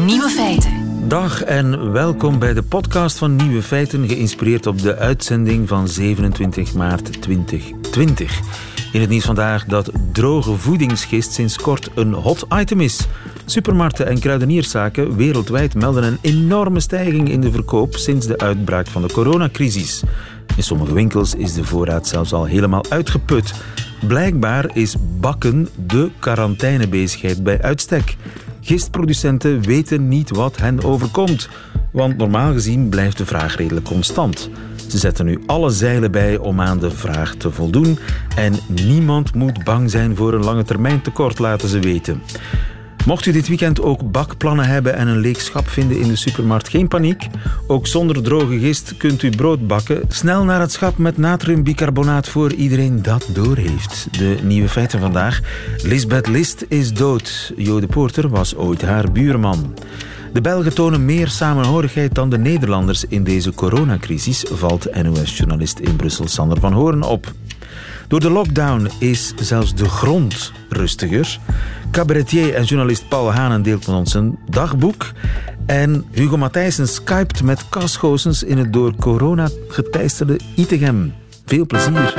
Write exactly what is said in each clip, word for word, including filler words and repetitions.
Nieuwe feiten. Dag en welkom bij de podcast van Nieuwe Feiten, geïnspireerd op de uitzending van zevenentwintig maart twintig twintig. In het nieuws vandaag dat droge voedingsgist sinds kort een hot item is. Supermarkten en kruidenierszaken wereldwijd melden een enorme stijging in de verkoop sinds de uitbraak van de coronacrisis. In sommige winkels is de voorraad zelfs al helemaal uitgeput. Blijkbaar is bakken de quarantainebezigheid bij uitstek. Gistproducenten weten niet wat hen overkomt, want normaal gezien blijft de vraag redelijk constant. Ze zetten nu alle zeilen bij om aan de vraag te voldoen en niemand moet bang zijn voor een lange termijn tekort, laten ze weten. Mocht u dit weekend ook bakplannen hebben en een leeg schap vinden in de supermarkt, geen paniek. Ook zonder droge gist kunt u brood bakken. Snel naar het schap met natriumbicarbonaat voor iedereen dat doorheeft. De nieuwe feiten vandaag. Lisbeth List is dood. Jo de Poorter was ooit haar buurman. De Belgen tonen meer samenhorigheid dan de Nederlanders in deze coronacrisis, valt N O S-journalist in Brussel Sander van Hoorn op. Door de lockdown is zelfs de grond rustiger. Cabaretier en journalist Paul Hanen deelt met ons een dagboek. En Hugo Matthijssen skypt met Cas Goossens in het door corona geteisterde Itegem. Veel plezier.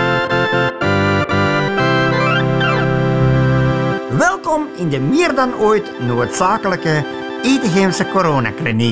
Welkom in de meer dan ooit noodzakelijke Itegemse coronakliniek.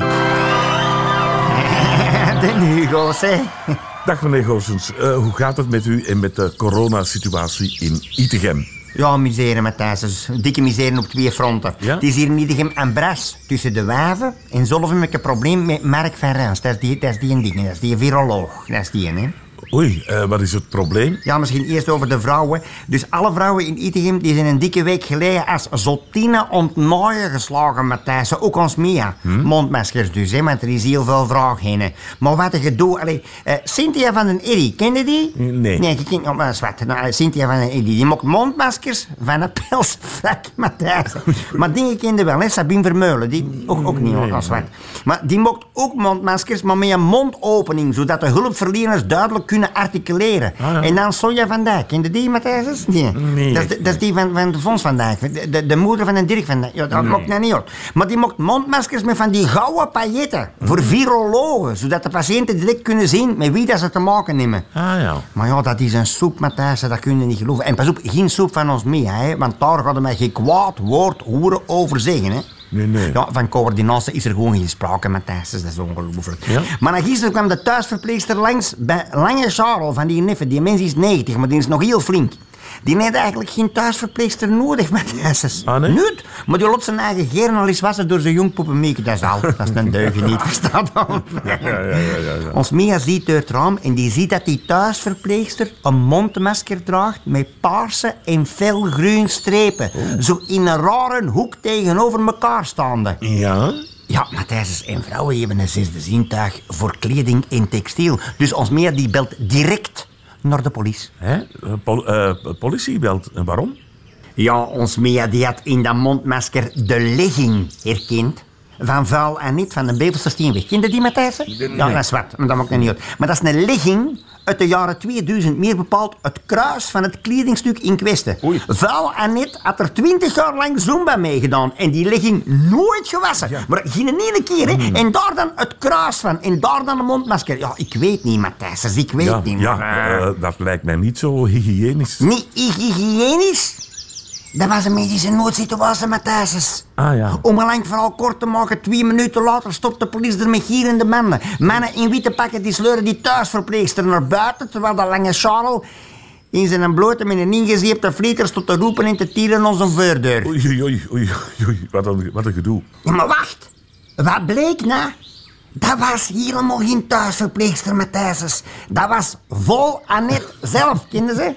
De Hugo's, hè. Dag meneer Goossens, uh, hoe gaat het met u en met de coronasituatie in Itegem? Ja, misère, Matthijs. Dikke misère op twee fronten. Ja? Het is hier in Itegem en Bras. Tussen de Waven en Zolven heb ik een probleem met Mark van Rans. Dat is die, dat is die ding, dat is die viroloog. Dat is die, hè. Oei, uh, wat is het probleem? Ja, misschien eerst over de vrouwen. Dus alle vrouwen in Itegem die zijn een dikke week geleden als zotine ontnooien geslagen, Matthijs. Ook ons Mia. Hm? Mondmaskers dus, hè, want er is heel veel vraag heen. Maar wat een gedoe. Allee, uh, Cynthia van den Eddy, ken je die? Nee. Nee, je kent... Oh, maar wat. Nou, Cynthia van den Eddy, die maakt mondmaskers van een pilsvlek, Matthijs. Maar dingen ken je wel, hè. Sabine Vermeulen, die ook, ook niet, als wat. Maar die maakt ook mondmaskers, maar met een mondopening, zodat de hulpverleners duidelijk kunnen articuleren. Ah, ja. En dan Sonja van Dijk. Ken je die, Matthijs? Nee. nee. Dat, is, dat is die van, van de Fons van Dijk. De, de, de moeder van een Dirk van Dijk. Ja, dat nee. maakt nou niet uit. Maar die maakt mondmaskers met van die gouden pailletten. Mm. Voor virologen. Zodat de patiënten direct kunnen zien met wie dat ze te maken nemen. Ah, ja. Maar ja, dat is een soep, Matthijs. Dat kun je niet geloven. En pas op, geen soep van ons mee, hè. Want daar gaat er mij geen kwaad woord horen over zeggen, hè. Nee, nee. Ja, van coördinatie is er gewoon geen sprake, Matthijs. Dat is ongelooflijk. Ja? Maar dan gisteren kwam de thuisverpleegster langs bij Lange Charles van die neffen. Die mens is negentig, maar die is nog heel flink. Die heeft eigenlijk geen thuisverpleegster nodig, Matthijs. Ah, nee? Niet. Maar die lot zijn eigen geren wassen door zijn jongpoppen maken. Dat is al. Dat is een deugen niet, verstaat dan? Ja, ja, ja, ja, ja. Ons Mia ziet uit het raam en die ziet dat die thuisverpleegster een mondmasker draagt met paarse en felgroen strepen. Oh. Zo in een rare hoek tegenover elkaar staande. Ja? Ja, Matthijs en vrouwen hebben een zesde zintuig voor kleding en textiel. Dus ons Mia die belt direct naar de politie. Hè? Pol- uh, politie belt. En waarom? Ja, ons Mia die had in dat mondmasker de legging herkend. Van Vuil en Niet van de Bevelse Steenweg. Ken je die, Matthijs? Nee. Ja, dat is wat. Maar dat maakt niet uit. Maar dat is een legging uit de jaren tweeduizend. Meer bepaald het kruis van het kledingstuk in kwestie. Oei. Vuil en Niet had er twintig jaar lang Zumba meegedaan. En die legging nooit gewassen. Ja. Maar geen ene keer, hè. Mm. En daar dan het kruis van. En daar dan de mondmasker. Ja, ik weet niet, Matthijs. Ik weet ja, niet. Ja, maar, uh, uh, dat lijkt mij niet zo hygiënisch. Niet hygiënisch? Dat was een medische noodsituatie, Matthijs. Ah, ja. Om een lang verhaal kort te maken, twee minuten later stopt de politie er met gierende mannen. Mannen in witte pakken die sleuren die thuisverpleegster naar buiten, terwijl de Lange Charles in zijn blote met een ingezeepte vlieter stond te roepen en te tieren onze voordeur. Oei, oei, oei, oei, oei. Wat, een, wat een gedoe. Ja, maar wacht. Wat bleek nou? Dat was helemaal geen thuisverpleegster, Matthijs. Dat was vol Annette zelf, kenden ze?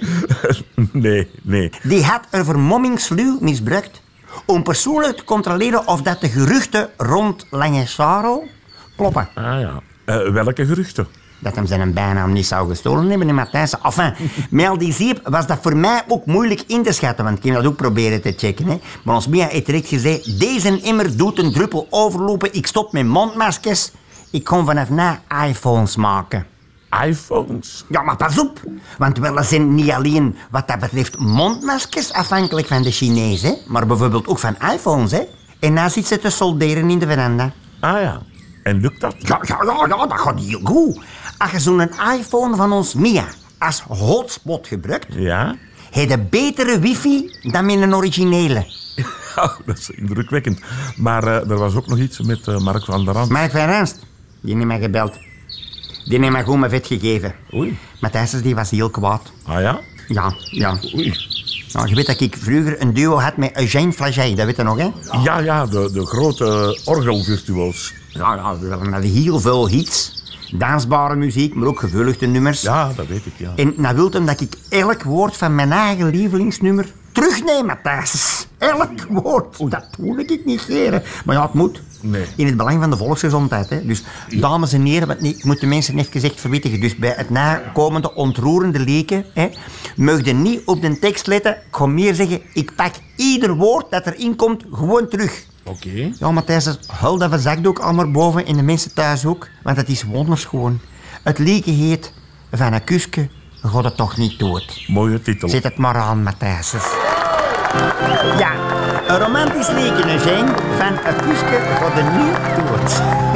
Nee, nee. Die had een vermommingssluw misbruikt om persoonlijk te controleren of dat de geruchten rond Lange Charles kloppen. Ah ja. Uh, welke geruchten? Dat hem zijn bijnaam niet zou gestolen hebben, Matthijs. Enfin, met al die zeep was dat voor mij ook moeilijk in te schatten, want ik heb dat ook proberen te checken. Hè. Maar ons Mia heeft direct gezegd, deze immer doet een druppel overlopen, ik stop met mondmaskers, ik kom vanaf na iPhones maken. iPhones? Ja, maar pas op. Want wel zijn niet alleen wat dat betreft mondmaskers afhankelijk van de Chinezen, maar bijvoorbeeld ook van iPhones, hè. En nou zit ze te solderen in de veranda. Ah ja. En lukt dat? Ja, ja, ja, ja, dat gaat heel goed. Als je zo'n iPhone van ons Mia als hotspot gebruikt, Ja? heb je betere wifi dan met een originele. Ja, dat is indrukwekkend. Maar uh, er was ook nog iets met uh, Mark van der Rand. Mark van Ranst, die heeft mij gebeld. Die heeft mij gewoon mijn vet gegeven. Oei. Matthijs die was heel kwaad. Ah ja? Ja, ja. Oei. Nou, je weet dat ik vroeger een duo had met Eugène Flagey, dat weet je nog, hè? Ja, ja, de, de grote orgelvirtuoos. Ja, ja, we hadden heel veel hits. Dansbare muziek, maar ook gevulligde nummers. Ja, dat weet ik, ja. En nou wil hem dat ik elk woord van mijn eigen lievelingsnummer terugneem, Matthijs. Elk woord. Oei. Dat wil ik niet negeren. Maar ja, het moet. Nee. In het belang van de volksgezondheid. Hè. Dus, dames en heren, wat niet, ik moet de mensen even gezegd verwittigen. Dus bij het nakomende ontroerende leken, hè, mag je niet op de tekst letten. Ik ga meer zeggen, ik pak ieder woord dat erin komt gewoon terug. Oké. Okay. Ja, Matthijs, hul dat verzakdoek allemaal boven en de mensen thuis ook. Want het is wonderschoon. Het liedje heet Van een kusje gaat het toch niet dood. Mooie titel. Zet het maar aan, Matthijs. Ja, een romantisch liedje, Eugène. Van een kusje gaat het niet dood.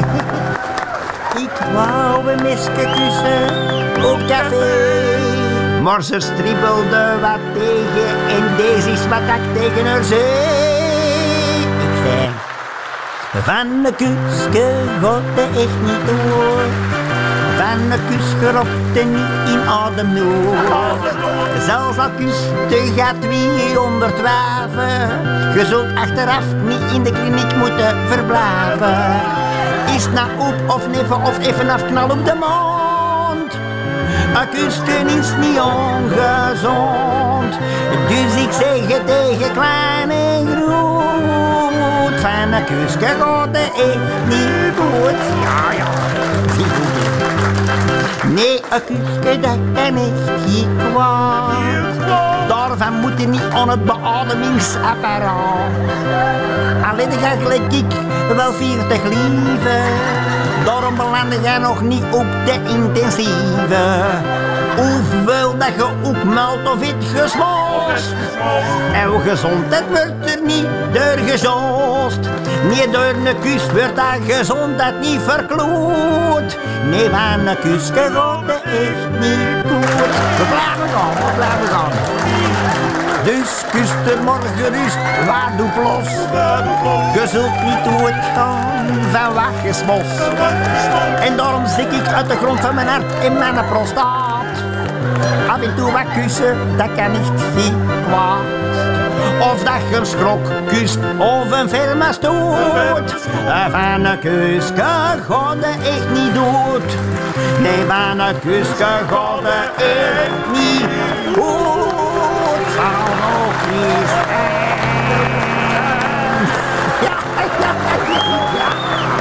Ik wou een mesje kussen op café. Maar ze stribbelde wat tegen en deze is wat ik tegen haar zei. Ik zei, van een kusje gaat het echt niet dood. Van een kus geropte niet in ademnood. Zelfs al kuste gaat tweehonderd waven. Je zult achteraf niet in de kliniek moeten verblijven. Is het nou op of neven of even afknal op de mond? Een kusje is niet ongezond. Dus ik zeg het tegen kleine groet. Van een kusje gaat het echt niet goed. Ja, ja, niet goed. Nee, een kusje dat kan echt niet kwaad. Daarvan moet je niet aan het beademingsapparaat. Alleen ga gelijk ik wel veertig lieven. Daarom beland jij nog niet op de intensieve. Hoeveel dat je ook meldt of het gesmost. En gezondheid wordt er niet door gezoost. Nee, door een kus wordt dat gezondheid niet verkloot. Nee, van een kusje gaat het echt niet goed. We blijven gaan, we blijven gaan. Dus kust er morgen gerust, waar doe plos. Je zult niet doodgaan van waggesmos. En daarom zik ik uit de grond van mijn hart in mijn prostaat. Af en toe wat kussen, dat kan echt niet kwaad. Of dat je een schrok kust of een ferme stoot. Van een kusje gaat het echt niet dood. Nee, van een kusje gaat het echt niet goed. Zal nog niet zijn. Ja, ja, ja.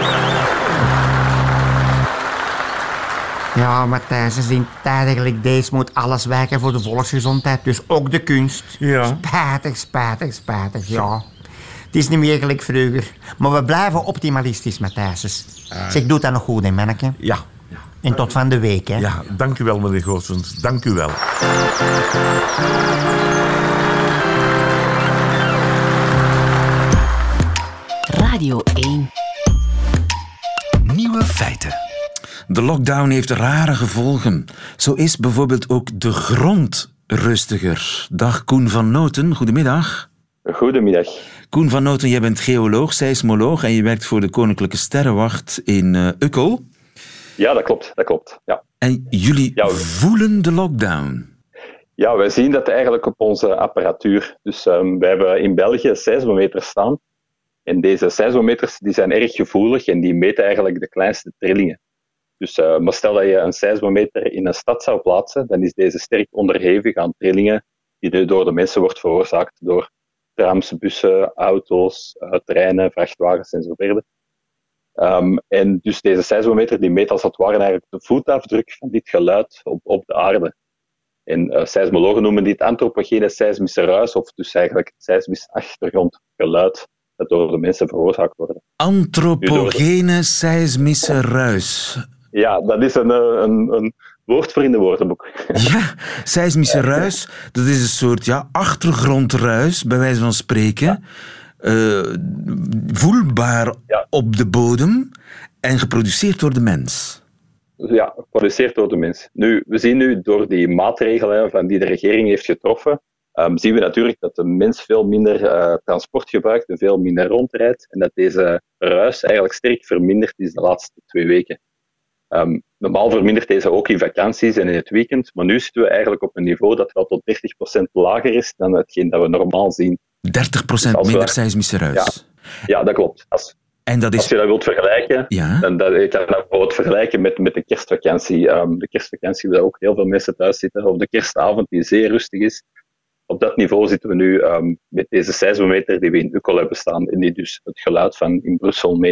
Ja, Matthijs, in tijden gelijk deze moet alles wijken voor de volksgezondheid. Dus ook de kunst. Ja. Spijtig, spijtig, spijtig, ja. Het is niet meer gelijk vroeger. Maar we blijven optimalistisch, Matthijs. Uh, zeg, doe dat nog goed, hè, manneke? Ja. ja. En tot van de week, hè? Ja, dank u wel, meneer Goossens. Dank u wel. Radio één. Nieuwe feiten. De lockdown heeft rare gevolgen. Zo is bijvoorbeeld ook de grond rustiger. Dag Koen van Noten, goedemiddag. Goedemiddag. Koen van Noten, jij bent geoloog, seismoloog en je werkt voor de Koninklijke Sterrenwacht in uh, Ukkel. Ja, dat klopt. Dat klopt. Ja. En jullie ja, we... voelen de lockdown? Ja, wij zien dat eigenlijk op onze apparatuur. Dus um, wij hebben in België seismometers staan. En deze seismometers die zijn erg gevoelig en die meten eigenlijk de kleinste trillingen. Dus uh, maar stel dat je een seismometer in een stad zou plaatsen, dan is deze sterk onderhevig aan trillingen die door de mensen wordt veroorzaakt door trams, bussen, auto's, uh, treinen, vrachtwagens en zo verder. Um, en dus deze seismometer die meet als het ware eigenlijk de voetafdruk van dit geluid op, op de aarde. En uh, seismologen noemen dit antropogene seismische ruis, of dus eigenlijk het seismisch achtergrondgeluid dat door de mensen veroorzaakt wordt. Antropogene de... seismische ruis. Ja, dat is een, een, een woord voor in de woordenboek. Ja, seismische ruis, dat is een soort ja, achtergrondruis, bij wijze van spreken. Ja. uh, voelbaar ja. op de bodem en geproduceerd door de mens. Ja, geproduceerd door de mens. Nu, we zien nu door die maatregelen van die de regering heeft getroffen, um, zien we natuurlijk dat de mens veel minder uh, transport gebruikt en veel minder rondrijdt en dat deze ruis eigenlijk sterk verminderd is de laatste twee weken. Um, normaal vermindert deze ook in vakanties en in het weekend, maar nu zitten we eigenlijk op een niveau dat wel tot dertig procent lager is dan hetgeen dat we normaal zien. dertig procent dus minder we... seismische ruis? Ja, ja dat klopt. Als, en dat is... als je dat wilt vergelijken, ja? dan dat, je kan dat bijvoorbeeld vergelijken met, met de kerstvakantie. Um, de kerstvakantie waar ook heel veel mensen thuis zitten, of de kerstavond die zeer rustig is. Op dat niveau zitten we nu um, met deze seismometer die we in Uccle hebben staan en die dus het geluid van in Brussel meet.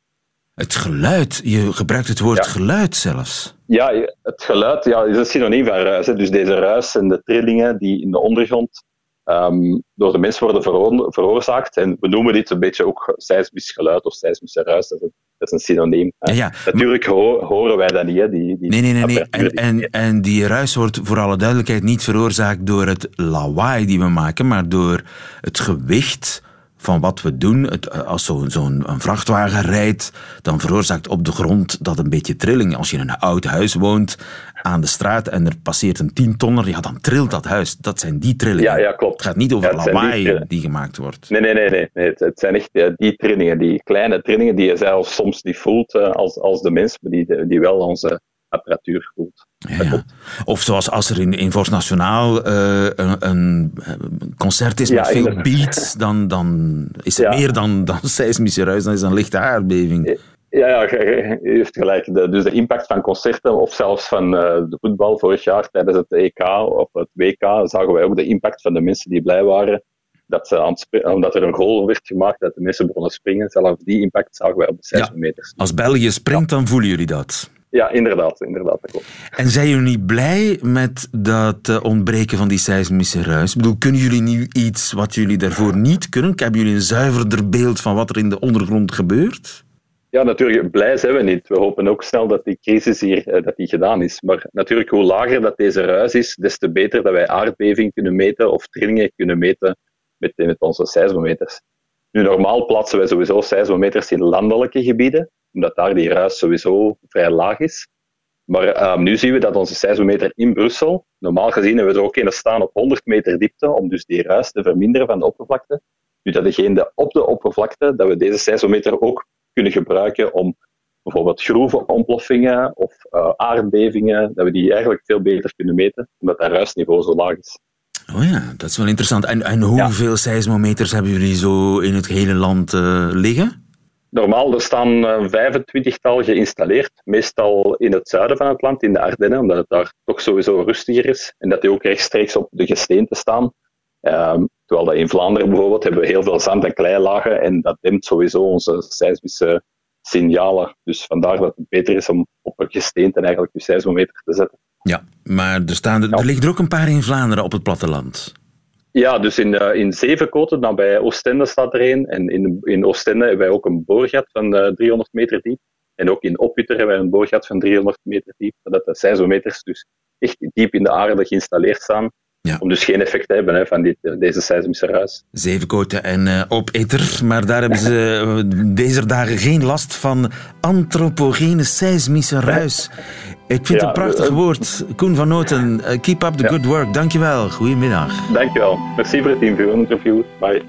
Het geluid? Je gebruikt het woord ja. geluid zelfs. Ja, het geluid ja, is een synoniem van ruis. Hè. Dus deze ruis en de trillingen die in de ondergrond um, door de mens worden vero- veroorzaakt. En we noemen dit een beetje ook seismisch geluid of seismische ruis. Dat is een, dat is een synoniem. Ja, ja. Natuurlijk ho- horen wij dat niet. Hè. Die, die nee, nee, nee. nee. En, en, en die ruis wordt voor alle duidelijkheid niet veroorzaakt door het lawaai die we maken, maar door het gewicht van wat we doen. Het, als zo'n, zo'n een vrachtwagen rijdt, dan veroorzaakt op de grond dat een beetje trilling. Als je in een oud huis woont aan de straat en er passeert een tientonner, ja, dan trilt dat huis. Dat zijn die trillingen. Ja, ja, klopt. Het gaat niet over ja, lawaai die, die gemaakt wordt. Nee, nee, nee. nee. nee het, het zijn echt uh, die trillingen, die kleine trillingen die je zelfs soms niet voelt uh, als, als de mens, maar die, die wel onze apparatuur voelt. Ja, ja. Of zoals als er in, in Vorst Nationaal uh, een, een concert is met ja, veel beats, dan, dan is het ja. meer dan, dan seismische ruis, dan is het een lichte aardbeving. Ja, ja, je heeft gelijk. De, dus de impact van concerten, of zelfs van uh, de voetbal vorig jaar tijdens het E K of het W K, zagen wij ook de impact van de mensen die blij waren dat ze aan het springen, omdat er een goal werd gemaakt, dat de mensen begonnen springen. Zelfs die impact zagen wij op de seismometers. Ja, als België springt, ja. dan voelen jullie dat. Ja, inderdaad, inderdaad, dat klopt. En zijn jullie niet blij met dat uh, ontbreken van die seismische ruis? Ik bedoel, kunnen jullie nu iets wat jullie daarvoor niet kunnen? Hebben jullie een zuiverder beeld van wat er in de ondergrond gebeurt? Ja, natuurlijk, blij zijn we niet. We hopen ook snel dat die crisis hier uh, dat die gedaan is. Maar natuurlijk, hoe lager dat deze ruis is, des te beter dat wij aardbeving kunnen meten of trillingen kunnen meten met, met onze seismometers. Nu, normaal plaatsen wij sowieso seismometers in landelijke gebieden, omdat daar die ruis sowieso vrij laag is. Maar um, nu zien we dat onze seismometer in Brussel, normaal gezien hebben we er ook een staan op honderd meter diepte, om dus die ruis te verminderen van de oppervlakte. Nu dat degene op de oppervlakte, dat we deze seismometer ook kunnen gebruiken om bijvoorbeeld groevenontploffingen of uh, aardbevingen, dat we die eigenlijk veel beter kunnen meten, omdat dat ruisniveau zo laag is. Oh ja, dat is wel interessant. En, en hoeveel ja. seismometers hebben jullie zo in het hele land uh, liggen? Normaal, er staan uh, vijfentwintigtal geïnstalleerd, meestal in het zuiden van het land, in de Ardennen, omdat het daar toch sowieso rustiger is en dat die ook rechtstreeks op de gesteente staan. Um, terwijl dat in Vlaanderen bijvoorbeeld hebben we heel veel zand- en kleilagen en dat dempt sowieso onze seismische signalen. Dus vandaar dat het beter is om op een gesteente eigenlijk je seismometer te zetten. Ja, maar er, staan er, ja. er liggen er ook een paar in Vlaanderen op het platteland. Ja, dus in, uh, in Zevenkoten, nou bij Oostende staat er een. En in, in Oostende hebben wij ook een boorgat van uh, driehonderd meter diep. En ook in Opputter hebben wij een boorgat van driehonderd meter diep. Dat de seismometers dus echt diep in de aarde geïnstalleerd staan. Ja. Om dus geen effect te hebben hè, van dit, deze seismische ruis. Zevenkoten en uh, Opputter, maar daar hebben ze uh, deze dagen geen last van antropogene seismische ruis. Ik vind het ja, een prachtig uh, woord. Koen van Noten, uh, keep up the ja. good work. Dankjewel, goedemiddag. Dankjewel. Merci voor het interview. Bye.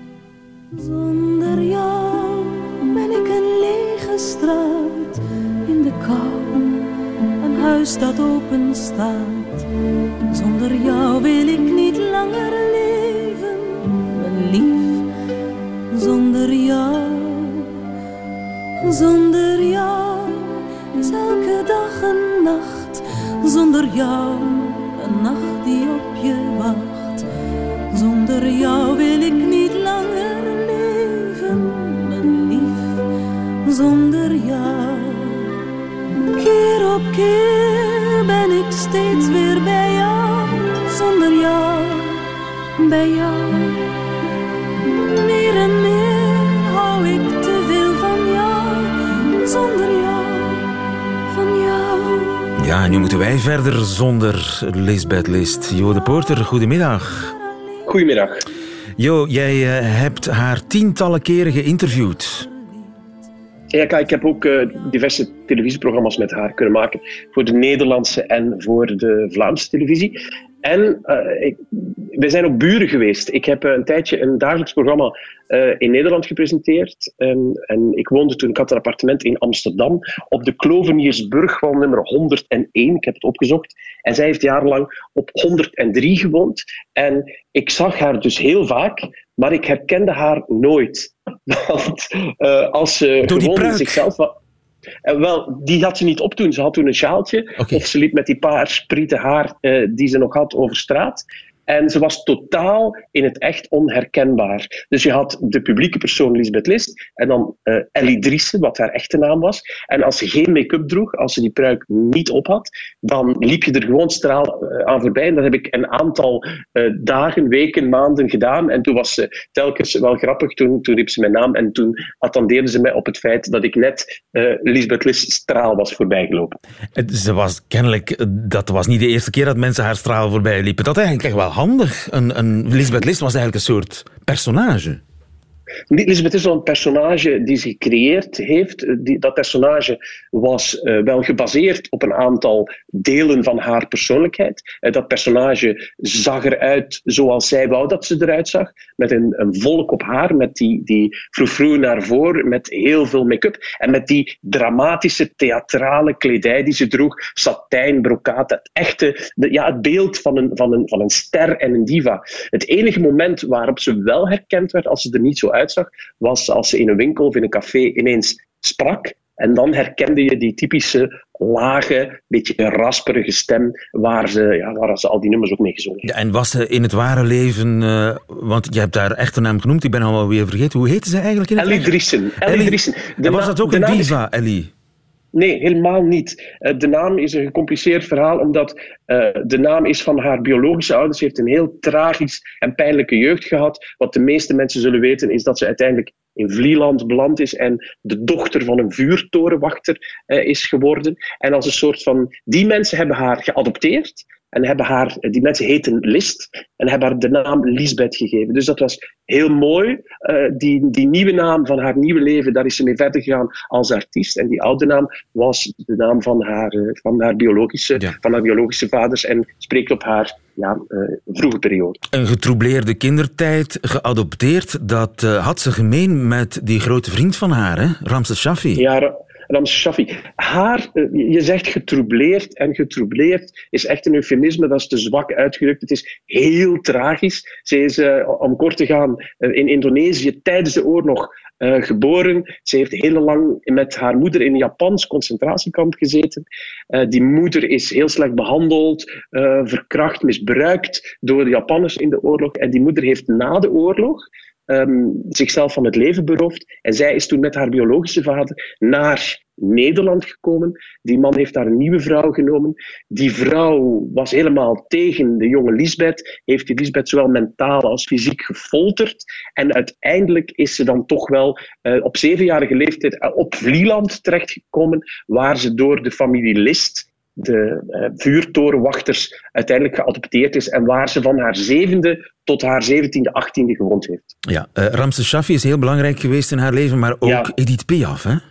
Zonder jou ben ik een lege straat in de kou. Een huis dat open staat. Zonder jou wil ik niet langer leven, mijn lief. Zonder jou, zonder jou is elke dag een nacht. Zonder jou, een nacht die op je wacht. Zonder jou wil ik niet langer leven, mijn lief. Zonder jou, keer op keer ben ik steeds weer bij jou. Zonder jou, bij jou. Meer en meer hou ik te veel van jou. Zonder jou, van jou. Ja, nu moeten wij verder zonder Lisbeth List. Jo de Poorter, goedemiddag. Goedemiddag. Jo, jij uh, hebt haar tientallen keren geïnterviewd. Ja, kijk, ik heb ook uh, diverse televisieprogramma's met haar kunnen maken. Voor de Nederlandse en voor de Vlaamse televisie. En uh, ik, we zijn ook buren geweest. Ik heb uh, een tijdje een dagelijks programma uh, in Nederland gepresenteerd. Um, en ik woonde toen, ik had een appartement in Amsterdam, op de Kloveniersburgwal nummer honderdéén. Ik heb het opgezocht. En zij heeft jarenlang op honderddrie gewoond. En ik zag haar dus heel vaak, maar ik herkende haar nooit. Want uh, als ze Door die gewoon zichzelf... Uh, wel, die had ze niet op toen. Ze had toen een sjaaltje. Okay. Of ze liep met die paar sprieten haar uh, die ze nog had over straat. En ze was totaal in het echt onherkenbaar. Dus je had de publieke persoon Lisbeth List en dan uh, Ellie Driessen, wat haar echte naam was. En als ze geen make-up droeg, als ze die pruik niet op had, dan liep je er gewoon straal uh, aan voorbij. En dat heb ik een aantal uh, dagen, weken, maanden gedaan. En toen was ze telkens wel grappig. Toen, toen riep ze mijn naam en toen attendeerde ze mij op het feit dat ik net uh, Lisbeth List straal was voorbijgelopen. Ze was kennelijk, dat was niet de eerste keer dat mensen haar straal voorbij liepen. Dat eigenlijk echt wel handig. Een, een Lisbeth List was eigenlijk een soort personage. Lisbeth is wel een personage die ze gecreëerd heeft. Die, dat personage was uh, wel gebaseerd op een aantal delen van haar persoonlijkheid. Uh, dat personage zag eruit zoals zij wou dat ze eruit zag. Met een, een volk op haar, met die, die froufrou naar voren, met heel veel make-up. En met die dramatische, theatrale kledij die ze droeg. Satijn, brokaat, het echte, de, ja, het beeld van een, van, een, van een ster en een diva. Het enige moment waarop ze wel herkend werd, als ze er niet zo uitzag, was als ze in een winkel of in een café ineens sprak. En dan herkende je die typische lage, beetje rasperige stem waar ze, ja, waar ze al die nummers ook mee gezongen heeft. Ja, en was ze in het ware leven, uh, want je hebt haar echte naam genoemd, ik ben al weer vergeten. Hoe heette ze eigenlijk in het Ellie Driessen. Ellie Driessen. En was dat ook een diva, Ellie? Nee, helemaal niet. De naam is een gecompliceerd verhaal, omdat uh, de naam is van haar biologische ouders. Ze heeft een heel tragisch en pijnlijke jeugd gehad. Wat de meeste mensen zullen weten, is dat ze uiteindelijk in Vlieland beland is en de dochter van een vuurtorenwachter uh, is geworden. En als een soort van... Die mensen hebben haar geadopteerd. En hebben haar, die mensen heten List en hebben haar de naam Lisbeth gegeven. Dus dat was heel mooi. Uh, die, die nieuwe naam van haar nieuwe leven, daar is ze mee verder gegaan als artiest. En die oude naam was de naam van haar, uh, van haar, biologische, ja. van haar biologische vaders en spreekt op haar ja, uh, vroege periode. Een getroubleerde kindertijd, geadopteerd. Dat uh, had ze gemeen met die grote vriend van haar, hè? Ramses Shaffi. Ja, Ramses Shaffi. Haar, je zegt getroubleerd en getroubleerd is echt een eufemisme, dat is te zwak uitgedrukt. Het is heel tragisch. Ze is, uh, om kort te gaan, uh, in Indonesië tijdens de oorlog uh, geboren. Ze heeft heel lang met haar moeder in een Japans concentratiekamp gezeten. Uh, die moeder is heel slecht behandeld, uh, verkracht, misbruikt door de Japanners in de oorlog. En die moeder heeft na de oorlog Um, zichzelf van het leven beroofd. En zij is toen met haar biologische vader naar Nederland gekomen. Die man heeft daar een nieuwe vrouw genomen. Die vrouw was helemaal tegen de jonge Lisbeth. Heeft die Lisbeth zowel mentaal als fysiek gefolterd. En uiteindelijk is ze dan toch wel uh, op zevenjarige leeftijd uh, op Vlieland terechtgekomen, waar ze door de familie List, de uh, vuurtorenwachters, uiteindelijk geadopteerd is en waar ze van haar zevende tot haar zeventiende, achttiende gewoond heeft. Ja, uh, Ramses Shaffi is heel belangrijk geweest in haar leven, maar ook ja. Edith Piaf, hè?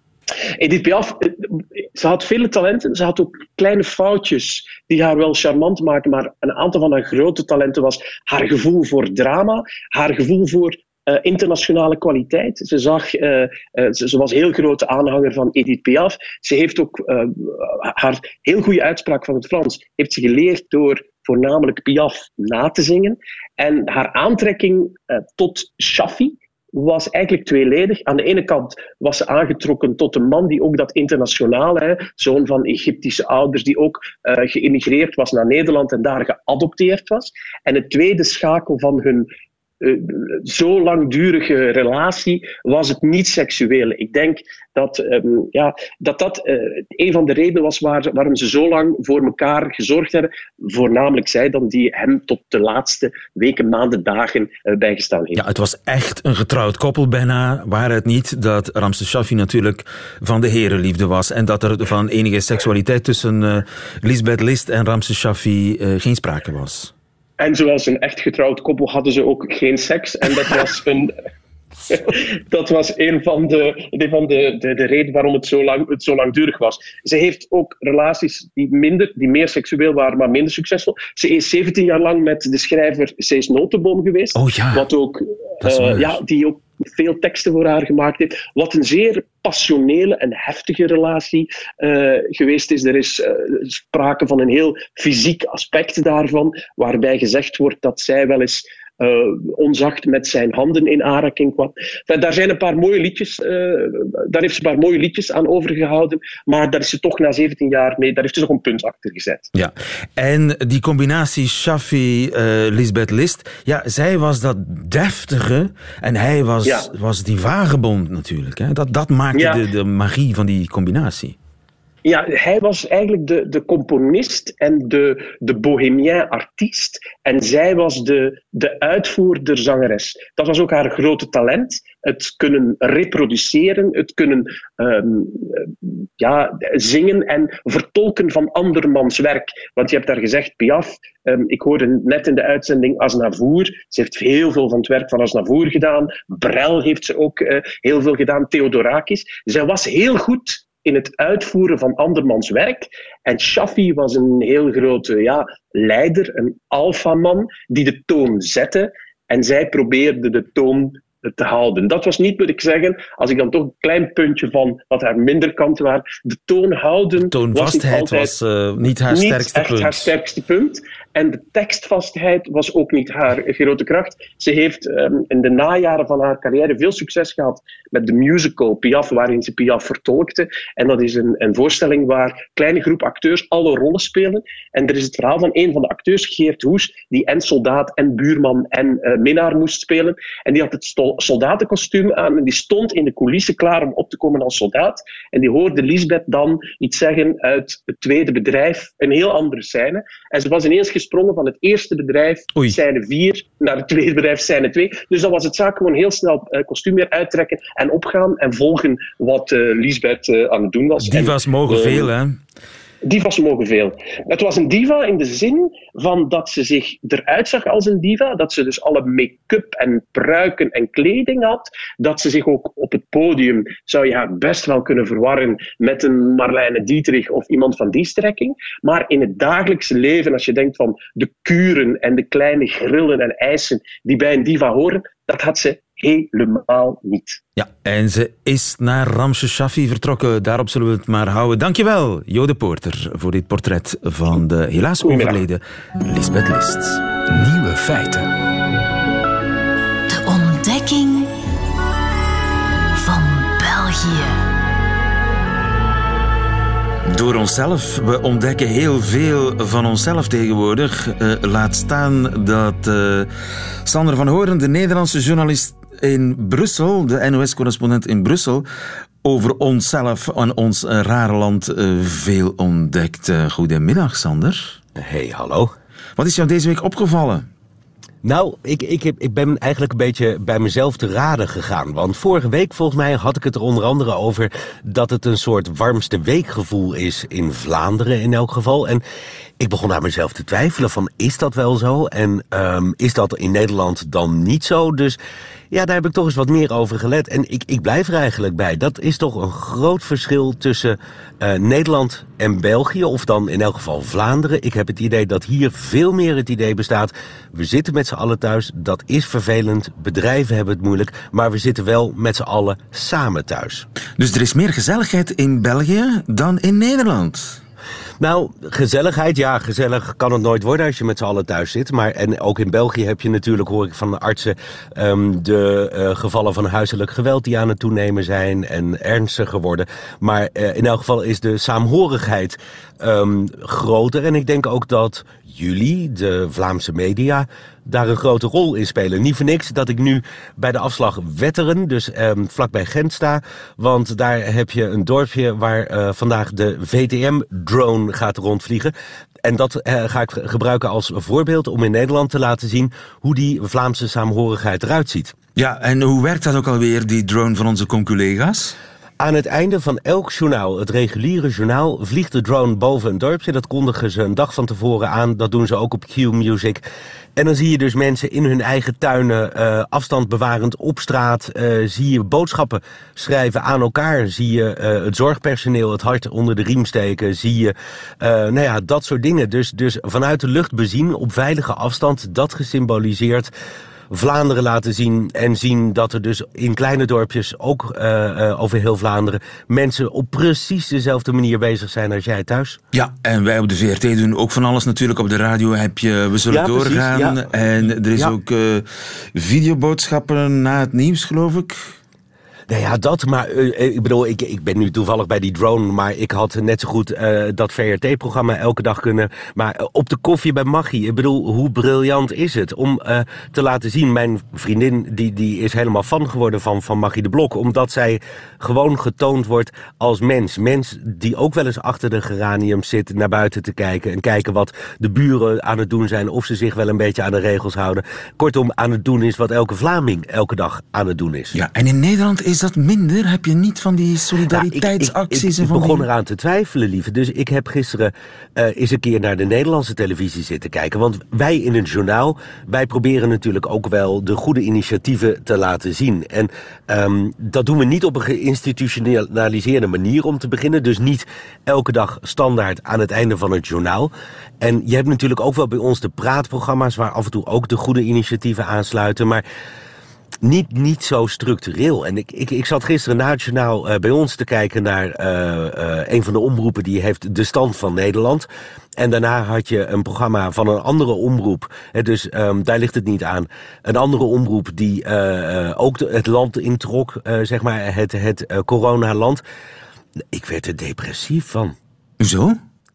Edith Piaf, ze had vele talenten. Ze had ook kleine foutjes die haar wel charmant maken, maar een aantal van haar grote talenten was haar gevoel voor drama, haar gevoel voor Uh, internationale kwaliteit. Ze, zag, uh, uh, ze, ze was heel grote aanhanger van Edith Piaf. Ze heeft ook uh, haar heel goede uitspraak van het Frans heeft ze geleerd door voornamelijk Piaf na te zingen. En haar aantrekking uh, tot Shaffi was eigenlijk tweeledig. Aan de ene kant was ze aangetrokken tot een man die ook dat internationale, hè, zoon van Egyptische ouders, die ook uh, geëmigreerd was naar Nederland en daar geadopteerd was. En het tweede schakel van hun Uh, zo langdurige relatie was het niet seksueel. Ik denk dat um, ja, dat, dat uh, een van de redenen was waar, waarom ze zo lang voor elkaar gezorgd hebben. Voornamelijk zij dan die hem tot de laatste weken, maanden, dagen uh, bijgestaan heeft. Ja, het was echt een getrouwd koppel bijna. Waar het niet dat Ramses Shaffi natuurlijk van de herenliefde was en dat er van enige seksualiteit tussen uh, Lisbeth List en Ramses Shaffi uh, geen sprake was. En zoals een echt getrouwd koppel hadden ze ook geen seks. En dat was een... Dat was een van de, de, van de, de, de redenen waarom het zo, lang, het zo langdurig was. Ze heeft ook relaties die, minder, die meer seksueel waren, maar minder succesvol. Ze is zeventien jaar lang met de schrijver Cees Notenboom geweest. Oh ja, wat ook, uh, ja, die ook veel teksten voor haar gemaakt heeft. Wat een zeer passionele en heftige relatie uh, geweest is. Er is uh, sprake van een heel fysiek aspect daarvan, waarbij gezegd wordt dat zij wel eens Uh, onzacht met zijn handen in aanraking kwam. Enfin, daar zijn een paar mooie liedjes, uh, daar heeft ze een paar mooie liedjes aan overgehouden, maar daar is ze toch na zeventien jaar mee, daar heeft ze nog een punt achter gezet. Ja, en die combinatie Shafi, uh, Lisbeth List, ja, zij was dat deftige en hij was, ja. was die vagebond natuurlijk. Hè? Dat, dat maakte ja. de, de magie van die combinatie. Ja, hij was eigenlijk de, de componist en de, de bohemien artiest. En zij was de, de uitvoerder-zangeres. Dat was ook haar grote talent. Het kunnen reproduceren, het kunnen um, ja, zingen en vertolken van andermans werk. Want je hebt daar gezegd, Piaf, um, ik hoorde net in de uitzending Aznavour. Ze heeft heel veel van het werk van Aznavour gedaan. Brel heeft ze ook uh, heel veel gedaan. Theodorakis. Zij was heel goed in het uitvoeren van andermans werk. En Shafi was een heel grote ja, leider, een alfaman, die de toon zette. En zij probeerde de toon te houden. Dat was niet, moet ik zeggen, als ik dan toch een klein puntje van wat haar minder kanten waren. De toon houden de toonvastheid was, was uh, niet haar niet sterkste echt punt. haar sterkste punt. En de tekstvastheid was ook niet haar grote kracht. Ze heeft um, in de najaren van haar carrière veel succes gehad met de musical Piaf, waarin ze Piaf vertolkte. En dat is een, een voorstelling waar een kleine groep acteurs alle rollen spelen. En er is het verhaal van een van de acteurs, Geert Hoes, die en soldaat en buurman en uh, minnaar moest spelen. En die had het stol- soldatenkostuum aan en die stond in de coulissen klaar om op te komen als soldaat. En die hoorde Lisbeth dan iets zeggen uit het tweede bedrijf, een heel andere scène. En ze was ineens gesprongen van het eerste bedrijf, Oei. scène vier, naar het tweede bedrijf, scène twee. Dus dan was het zaak gewoon heel snel uh, kostuum weer uittrekken en opgaan en volgen wat uh, Lisbeth uh, aan het doen was. Divas en, mogen uh, veel, hè? Divas mogen veel. Het was een diva in de zin van dat ze zich eruit zag als een diva, dat ze dus alle make-up en pruiken en kleding had, dat ze zich ook op het podium, zou je haar best wel kunnen verwarren met een Marlene Dietrich of iemand van die strekking, maar in het dagelijkse leven, als je denkt van de kuren en de kleine grillen en eisen die bij een diva horen, dat had ze helemaal niet. Ja, en ze is naar Ramses Shafi vertrokken. Daarop zullen we het maar houden. Dankjewel, Jo de Poorter, voor dit portret van de helaas overleden Lisbeth List. Nieuwe feiten. De ontdekking van België. Door onszelf. We ontdekken heel veel van onszelf tegenwoordig. Uh, laat staan dat uh, Sander van Hoorn, de Nederlandse journalist in Brussel, de N O S-correspondent in Brussel, over onszelf en ons uh, rare land uh, veel ontdekt. Uh, goedemiddag, Sander. Hey, hallo. Wat is jou deze week opgevallen? Nou, ik, ik, heb, ik ben eigenlijk een beetje bij mezelf te raden gegaan. Want vorige week, volgens mij, had ik het er onder andere over dat het een soort warmste weekgevoel is in Vlaanderen in elk geval. En ik begon aan mezelf te twijfelen van, is dat wel zo? En um, is dat in Nederland dan niet zo? Dus ja, daar heb ik toch eens wat meer over gelet. En ik, ik blijf er eigenlijk bij. Dat is toch een groot verschil tussen uh, Nederland en België, of dan in elk geval Vlaanderen. Ik heb het idee dat hier veel meer het idee bestaat, we zitten met z'n allen thuis, dat is vervelend, bedrijven hebben het moeilijk, maar we zitten wel met z'n allen samen thuis. Dus er is meer gezelligheid in België dan in Nederland? Nou, gezelligheid, ja, gezellig kan het nooit worden als je met z'n allen thuis zit. Maar en ook in België heb je natuurlijk, hoor ik van de artsen, um, de uh, gevallen van huiselijk geweld die aan het toenemen zijn en ernstiger worden. Maar uh, in elk geval is de saamhorigheid um, groter. En ik denk ook dat jullie, de Vlaamse media, daar een grote rol in spelen. Niet voor niks dat ik nu bij de afslag Wetteren, dus um, vlakbij Gent sta. Want daar heb je een dorpje waar uh, vandaag de V T M-drone gaat rondvliegen. En dat uh, ga ik gebruiken als voorbeeld om in Nederland te laten zien hoe die Vlaamse saamhorigheid eruit ziet. Ja, en hoe werkt dat ook alweer, die drone van onze conculega's? Aan het einde van elk journaal, het reguliere journaal, vliegt de drone boven een dorpje. Dat kondigen ze een dag van tevoren aan. Dat doen ze ook op Q-Music. En dan zie je dus mensen in hun eigen tuinen, uh, afstand bewarend op straat. Uh, zie je boodschappen schrijven aan elkaar. Zie je uh, het zorgpersoneel het hart onder de riem steken. Zie je, uh, nou ja, dat soort dingen. Dus, dus vanuit de lucht bezien, op veilige afstand, dat gesymboliseerd. Vlaanderen laten zien en zien dat er dus in kleine dorpjes, ook uh, uh, over heel Vlaanderen, mensen op precies dezelfde manier bezig zijn als jij thuis. Ja, en wij op de V R T doen ook van alles natuurlijk. Op de radio heb je We Zullen Ja, Doorgaan. precies, ja. En er is Ja. ook uh, videoboodschappen na het nieuws, geloof ik. Nou ja, dat, maar uh, ik bedoel, ik, ik ben nu toevallig bij die drone, maar ik had net zo goed uh, dat V R T-programma elke dag kunnen. Maar uh, op de koffie bij Maggie, ik bedoel, hoe briljant is het om uh, te laten zien. Mijn vriendin, die, die is helemaal fan geworden van, van Maggie de Blok, omdat zij gewoon getoond wordt als mens. Mens die ook wel eens achter de geraniums zit naar buiten te kijken en kijken wat de buren aan het doen zijn, of ze zich wel een beetje aan de regels houden. Kortom, aan het doen is wat elke Vlaming elke dag aan het doen is. Ja, en in Nederland is dat minder? Heb je niet van die solidariteitsacties? Ja, ik, ik, ik, en van ik begon die... eraan te twijfelen, lieve. Dus ik heb gisteren uh, eens een keer naar de Nederlandse televisie zitten kijken. Want wij in het journaal, wij proberen natuurlijk ook wel de goede initiatieven te laten zien. En um, dat doen we niet op een geïnstitutionaliseerde manier om te beginnen. Dus niet elke dag standaard aan het einde van het journaal. En je hebt natuurlijk ook wel bij ons de praatprogramma's waar af en toe ook de goede initiatieven aansluiten. Maar Niet, niet zo structureel. En ik, ik, ik zat gisteren na het journaal uh, bij ons te kijken naar uh, uh, een van de omroepen die heeft De Stand van Nederland. En daarna had je een programma van een andere omroep. He, dus um, daar ligt het niet aan. Een andere omroep die uh, uh, ook de, het land introk, uh, zeg maar, het, het uh, coronaland. Ik werd er depressief van. Zo?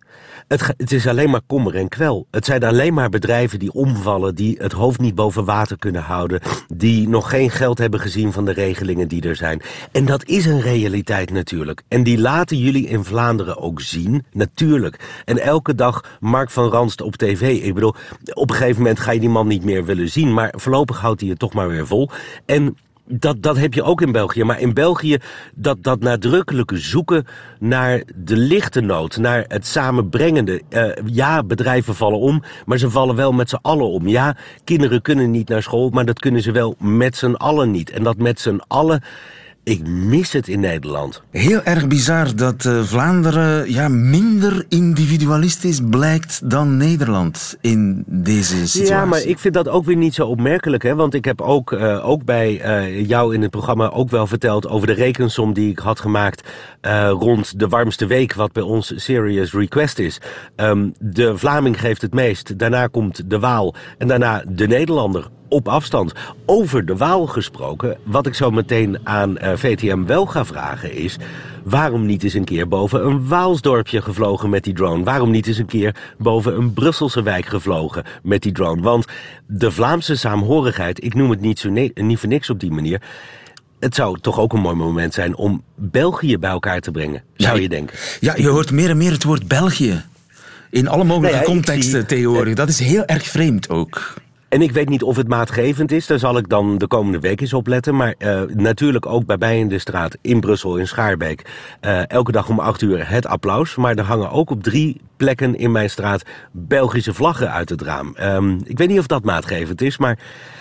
Het, het is alleen maar kommer en kwel. Het zijn alleen maar bedrijven die omvallen, die het hoofd niet boven water kunnen houden, die nog geen geld hebben gezien van de regelingen die er zijn. En dat is een realiteit natuurlijk. En die laten jullie in Vlaanderen ook zien, natuurlijk. En elke dag Mark van Ranst op tv. Ik bedoel, op een gegeven moment ga je die man niet meer willen zien, maar voorlopig houdt hij het toch maar weer vol. En Dat, dat heb je ook in België. Maar in België, dat, dat nadrukkelijke zoeken naar de lichte noot, naar het samenbrengende. Uh, ja, bedrijven vallen om, maar ze vallen wel met z'n allen om. Ja, kinderen kunnen niet naar school, maar dat kunnen ze wel met z'n allen niet. En dat met z'n allen, ik mis het in Nederland. Heel erg bizar dat uh, Vlaanderen ja, minder individualistisch blijkt dan Nederland in deze situatie. Ja, maar ik vind dat ook weer niet zo opmerkelijk. Hè? Want ik heb ook, uh, ook bij uh, jou in het programma ook wel verteld over de rekensom die ik had gemaakt uh, rond de warmste week, wat bij ons Serious Request is. Um, de Vlaming geeft het meest, daarna komt de Waal en daarna de Nederlander. Op afstand. Over de Waal gesproken, wat ik zo meteen aan uh, V T M wel ga vragen is, waarom niet eens een keer boven een Waalsdorpje gevlogen met die drone? Waarom niet eens een keer boven een Brusselse wijk gevlogen met die drone? Want de Vlaamse saamhorigheid, ik noem het niet, zo ne- niet voor niks op die manier, het zou toch ook een mooi moment zijn om België bij elkaar te brengen, zou ja, je denken. Ja, je hoort meer en meer het woord België. In alle mogelijke nee, contexten zie, tegenwoordig. Dat is heel erg vreemd ook. En ik weet niet of het maatgevend is, daar zal ik dan de komende week eens op letten. Maar uh, natuurlijk ook bij mij in de straat, in Brussel, in Schaarbeek. Uh, elke dag om acht uur het applaus. Maar er hangen ook op drie plekken in mijn straat Belgische vlaggen uit het raam. Um, ik weet niet of dat maatgevend is, maar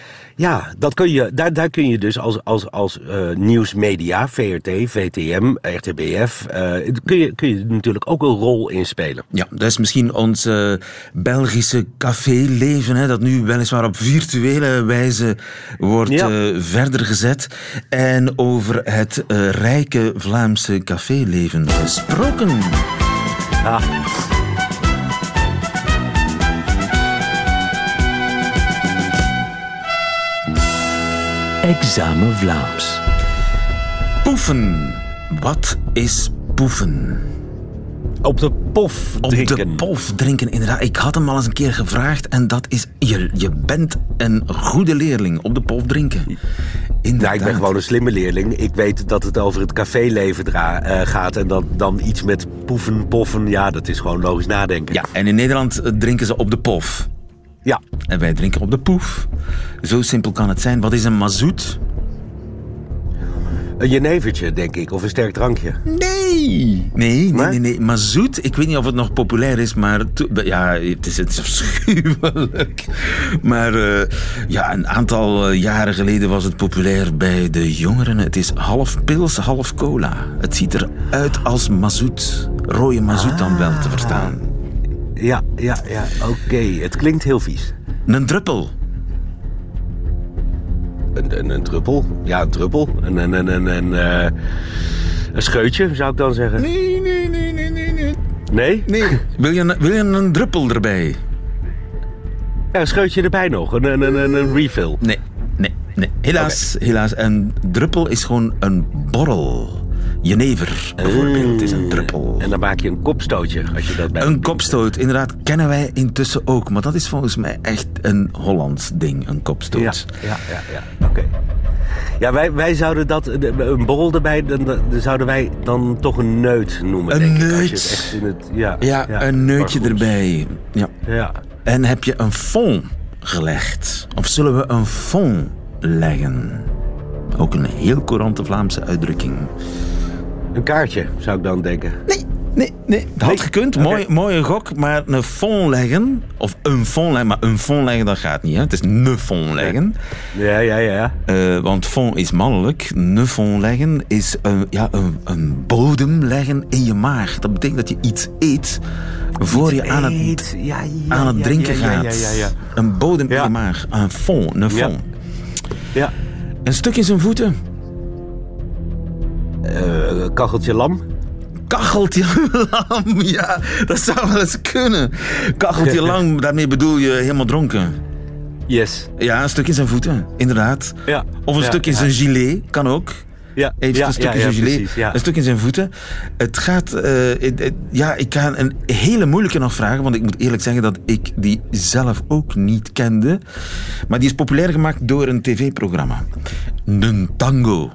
ja, dat kun je, daar, daar kun je dus als, als, als uh, nieuwsmedia, V R T, V T M, R T B F, uh, kun, je, kun je natuurlijk ook een rol in spelen. Ja, dat is misschien ons uh, Belgische caféleven, hè, dat nu weliswaar op virtuele wijze wordt ja. uh, verder gezet. En over het uh, rijke Vlaamse caféleven gesproken. Ah. Examen Vlaams. Poefen. Wat is poefen? Op de pof drinken. Op de pof drinken, inderdaad. Ik had hem al eens een keer gevraagd en dat is... Je, je bent een goede leerling, op de pof drinken. Inderdaad. Ja, ik ben gewoon een slimme leerling. Ik weet dat het over het caféleven dra- uh, gaat en dan, dan iets met poefen, poffen. Ja, dat is gewoon logisch nadenken. Ja, en in Nederland drinken ze op de pof. Ja. En wij drinken op de poef. Zo simpel kan het zijn. Wat is een mazoet? Een jenevertje, denk ik, of een sterk drankje. Nee. Nee, nee, nee, nee. Maar zoet, ik weet niet of het nog populair is, maar to, ja, het is, het is afschuwelijk. Maar uh, ja, een aantal jaren geleden was het populair bij de jongeren. Het is half pils, half cola. Het ziet eruit als mazoet. Rode mazoet ah. dan wel te verstaan. Ja, ja, ja, oké. Okay. Het klinkt heel vies. Een druppel. Een, een, een druppel? Ja, een druppel. Een, een, een, een, een, uh, een scheutje, zou ik dan zeggen. Nee, nee, nee, nee, nee. Nee? Nee? Nee. Wil je een, wil je een druppel erbij? Ja, een scheutje erbij nog. Een, een, een, een refill. Nee, nee, nee. Helaas, okay. helaas. Een druppel is gewoon een borrel. Jenever, bijvoorbeeld, is een druppel. En dan maak je een kopstootje als je dat bij. Een kopstoot, inderdaad, kennen wij intussen ook. Maar dat is volgens mij echt een Hollands ding, een kopstoot. Ja, ja, ja, ja. oké. Okay. Ja, wij, wij zouden dat, een borrel erbij, dan, dan zouden wij dan toch een neut noemen, een denk neut. ik. Als je het echt in het, ja, ja, ja, een neutje erbij. Ja. ja. En heb je een fond gelegd? Of zullen we een fond leggen? Ook een heel courante Vlaamse uitdrukking. Een kaartje, zou ik dan denken. Nee, nee, nee. Dat had gekund. Okay. Mooi, mooie gok. Maar een fond leggen, of een fond leggen, maar een fond leggen, dat gaat niet. Hè? Het is een fond leggen. Ja, ja, ja. Uh, want fond is mannelijk. Een fond leggen is een, ja, een, een bodem leggen in je maag. Dat betekent dat je iets eet voor iets je aan het, ja, ja, aan het drinken ja, ja, gaat. Ja, ja, ja, ja. Een bodem ja. in je maag. Een fond, een fond. Ja. ja. Een stuk in zijn voeten. Uh, kacheltje lam? Kacheltje lam, ja, dat zou wel eens kunnen. Kacheltje lam, daarmee bedoel je helemaal dronken. Yes. Ja, een stuk in zijn voeten, inderdaad. Ja. Of een ja, stuk in ja. zijn gilet, kan ook. Ja, Heeft ja, een stuk ja, in zijn ja, gilet, precies, ja. een stuk in zijn voeten. Het gaat, uh, het, het, ja, ik ga een hele moeilijke nog vragen, want ik moet eerlijk zeggen dat ik die zelf ook niet kende. Maar die is populair gemaakt door een tv-programma. Een tango.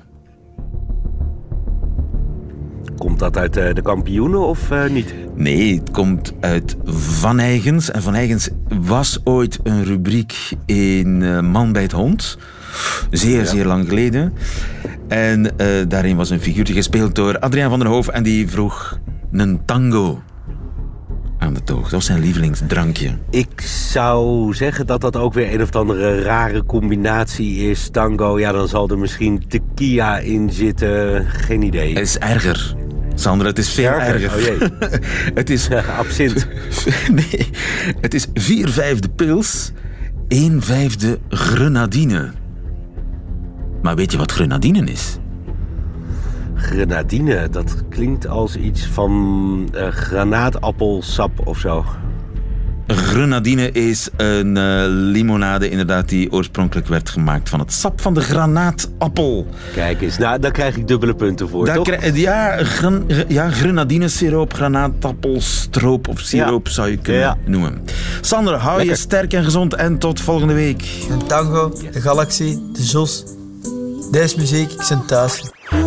Komt dat uit uh, de kampioenen of uh, niet? Nee, het komt uit Van Eygens. En Van Eygens was ooit een rubriek in uh, Man bij het Hond. Zeer, ja. zeer lang geleden. En uh, daarin was een figuurtje gespeeld door Adriaan van der Hoof. En die vroeg een tango aan de toog. Dat was zijn lievelingsdrankje. Ik zou zeggen dat dat ook weer een of andere rare combinatie is. Tango, ja, dan zal er misschien tequila in zitten. Geen idee. Het is erger. Sander, het is veel erger. erger. Oh jee. Het is... Ja, absint. Nee, het is vier vijfde pils, één vijfde grenadine. Maar weet je wat grenadine is? Grenadine, dat klinkt als iets van uh, granaatappelsap of zo. Grenadine is een uh, limonade inderdaad die oorspronkelijk werd gemaakt van het sap van de granaatappel. Kijk eens, nou, daar krijg ik dubbele punten voor, daar toch? Krijg, ja, gren, ja, grenadine-siroop, granaatappelstroop of siroop ja. zou je kunnen ja. noemen. Sander, hou Lekker. je sterk en gezond en tot volgende week. Een tango, de galaxie, de Jos. Deze muziek, ik ben thuis.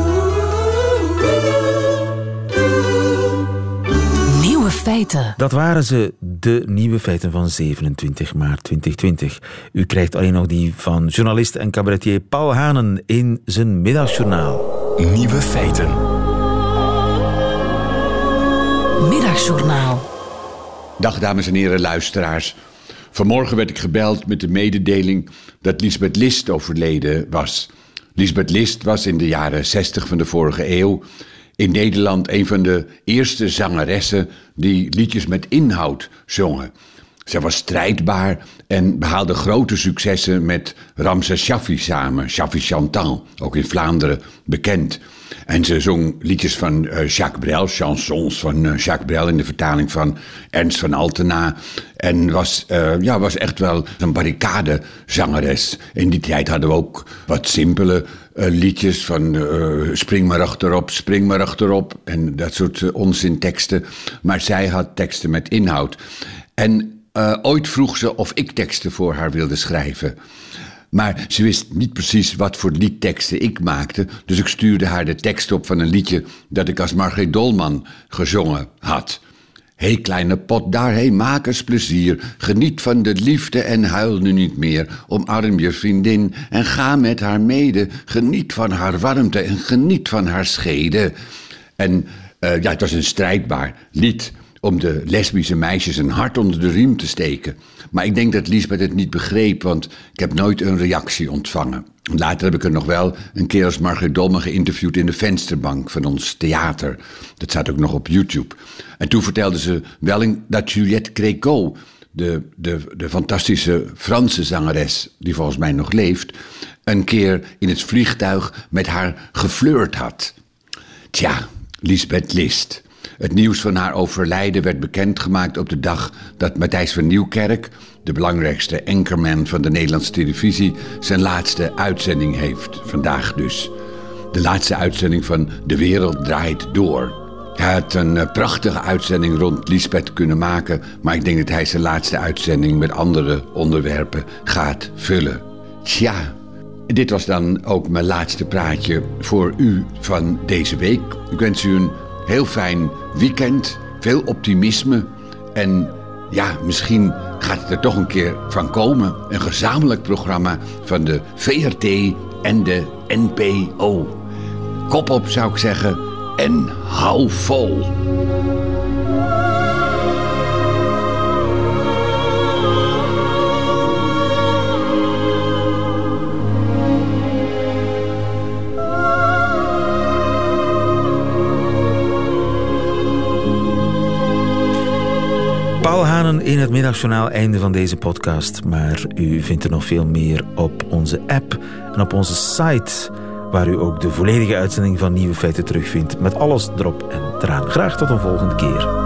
Feiten. Dat waren ze, de nieuwe feiten van zevenentwintig maart twintig twintig. U krijgt alleen nog die van journalist en cabaretier Paul Hanen in zijn middagjournaal. Nieuwe feiten. Middagjournaal. Dag dames en heren luisteraars. Vanmorgen werd ik gebeld met de mededeling dat Lisbeth List overleden was. Lisbeth List was in de jaren zestig van de vorige eeuw in Nederland een van de eerste zangeressen die liedjes met inhoud zongen. Zij was strijdbaar en behaalde grote successen met Ramses Shaffi samen, Shaffi Chantant, ook in Vlaanderen bekend. En ze zong liedjes van uh, Jacques Brel, chansons van uh, Jacques Brel in de vertaling van Ernst van Altena. En was, uh, ja, was echt wel een barricadezangeres. In die tijd hadden we ook wat simpele uh, liedjes van uh, spring maar achterop, spring maar achterop. En dat soort uh, onzinteksten. Maar zij had teksten met inhoud. En uh, ooit vroeg ze of ik teksten voor haar wilde schrijven. Maar ze wist niet precies wat voor liedteksten ik maakte. Dus ik stuurde haar de tekst op van een liedje dat ik als Margreet Dolman gezongen had. Hé kleine pot daar, hé maak eens plezier. Geniet van de liefde en huil nu niet meer. Omarm je vriendin en ga met haar mede. Geniet van haar warmte en geniet van haar scheden. En uh, ja, het was een strijdbaar lied om de lesbische meisjes een hart onder de riem te steken. Maar ik denk dat Liesbeth het niet begreep, want ik heb nooit een reactie ontvangen. Later heb ik er nog wel een keer als Margriet Dolman geïnterviewd in de vensterbank van ons theater. Dat staat ook nog op YouTube. En toen vertelde ze wel in, dat Juliette Gréco, de, de, de fantastische Franse zangeres die volgens mij nog leeft, een keer in het vliegtuig met haar geflirt had. Tja, Liesbeth List. Het nieuws van haar overlijden werd bekendgemaakt op de dag dat Matthijs van Nieuwkerk, de belangrijkste anchorman van de Nederlandse televisie, zijn laatste uitzending heeft. Vandaag dus. De laatste uitzending van De Wereld Draait Door. Hij had een prachtige uitzending rond Liesbeth kunnen maken, maar ik denk dat hij zijn laatste uitzending met andere onderwerpen gaat vullen. Tja, dit was dan ook mijn laatste praatje voor u van deze week. Ik wens u een heel fijn weekend, veel optimisme en ja, misschien gaat het er toch een keer van komen. Een gezamenlijk programma van de V R T en de N P O. Kop op zou ik zeggen en hou vol. Paul Hanen in het Middagjournaal, einde van deze podcast. Maar u vindt er nog veel meer op onze app en op onze site, waar u ook de volledige uitzending van Nieuwe Feiten terugvindt. Met alles erop en eraan. Graag tot een volgende keer.